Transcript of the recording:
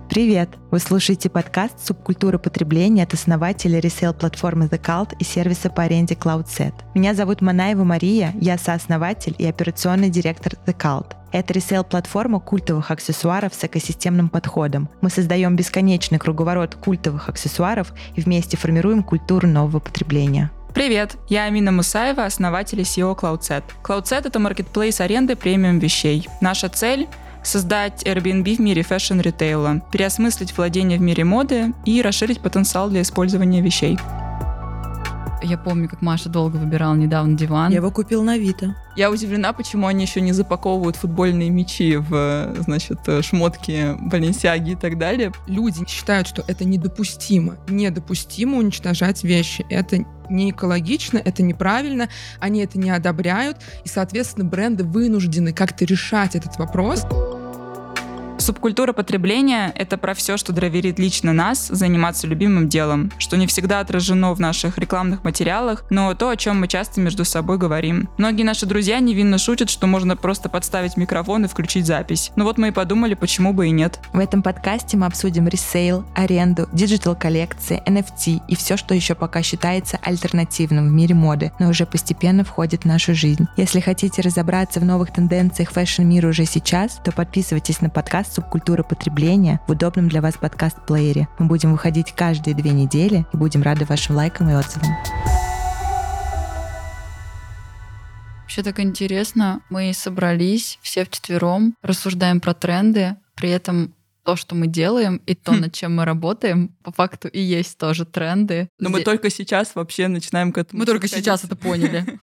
Привет! Вы слушаете подкаст «Субкультура потребления» от основателя ресейл-платформы The Cult и сервиса по аренде CloudSet. Меня зовут Манаева Мария, я сооснователь и операционный директор The Cult. Это ресейл-платформа культовых аксессуаров с экосистемным подходом. Мы создаем бесконечный круговорот культовых аксессуаров и вместе формируем культуру нового потребления. Привет, я Амина Мусаева, основатель и CEO CloudSet. CloudSet — это маркетплейс аренды премиум вещей. Наша цель — создать Airbnb в мире фэшн-ритейла, переосмыслить владение в мире моды и расширить потенциал для использования вещей. Я помню, как Маша долго выбирала недавно диван. Я его купил на Авито. Я удивлена, почему они еще не запаковывают футбольные мячи в, шмотки, баленсиаги и так далее. Люди считают, что это недопустимо. Недопустимо уничтожать вещи. Это не экологично, это неправильно, они это не одобряют, и, соответственно, бренды вынуждены как-то решать этот вопрос. Субкультура потребления — это про все, что драйверит лично нас заниматься любимым делом, что не всегда отражено в наших рекламных материалах, но то, о чем мы часто между собой говорим. Многие наши друзья невинно шутят, что можно просто подставить микрофон и включить запись. Но вот мы и подумали, почему бы и нет. В этом подкасте мы обсудим ресейл, аренду, диджитал-коллекции, NFT и все, что еще пока считается альтернативным в мире моды, но уже постепенно входит в нашу жизнь. Если хотите разобраться в новых тенденциях фэшн-мира уже сейчас, то подписывайтесь на подкаст «Субкультура потребления» в удобном для вас подкаст-плеере. Мы будем выходить каждые 2 недели и будем рады вашим лайкам и отзывам. Вообще так интересно, мы собрались все вчетвером, рассуждаем про тренды, при этом то, что мы делаем, и то, над чем мы работаем, по факту и есть тоже тренды. Но мы только сейчас вообще начинаем к этому. Мы только сейчас это поняли.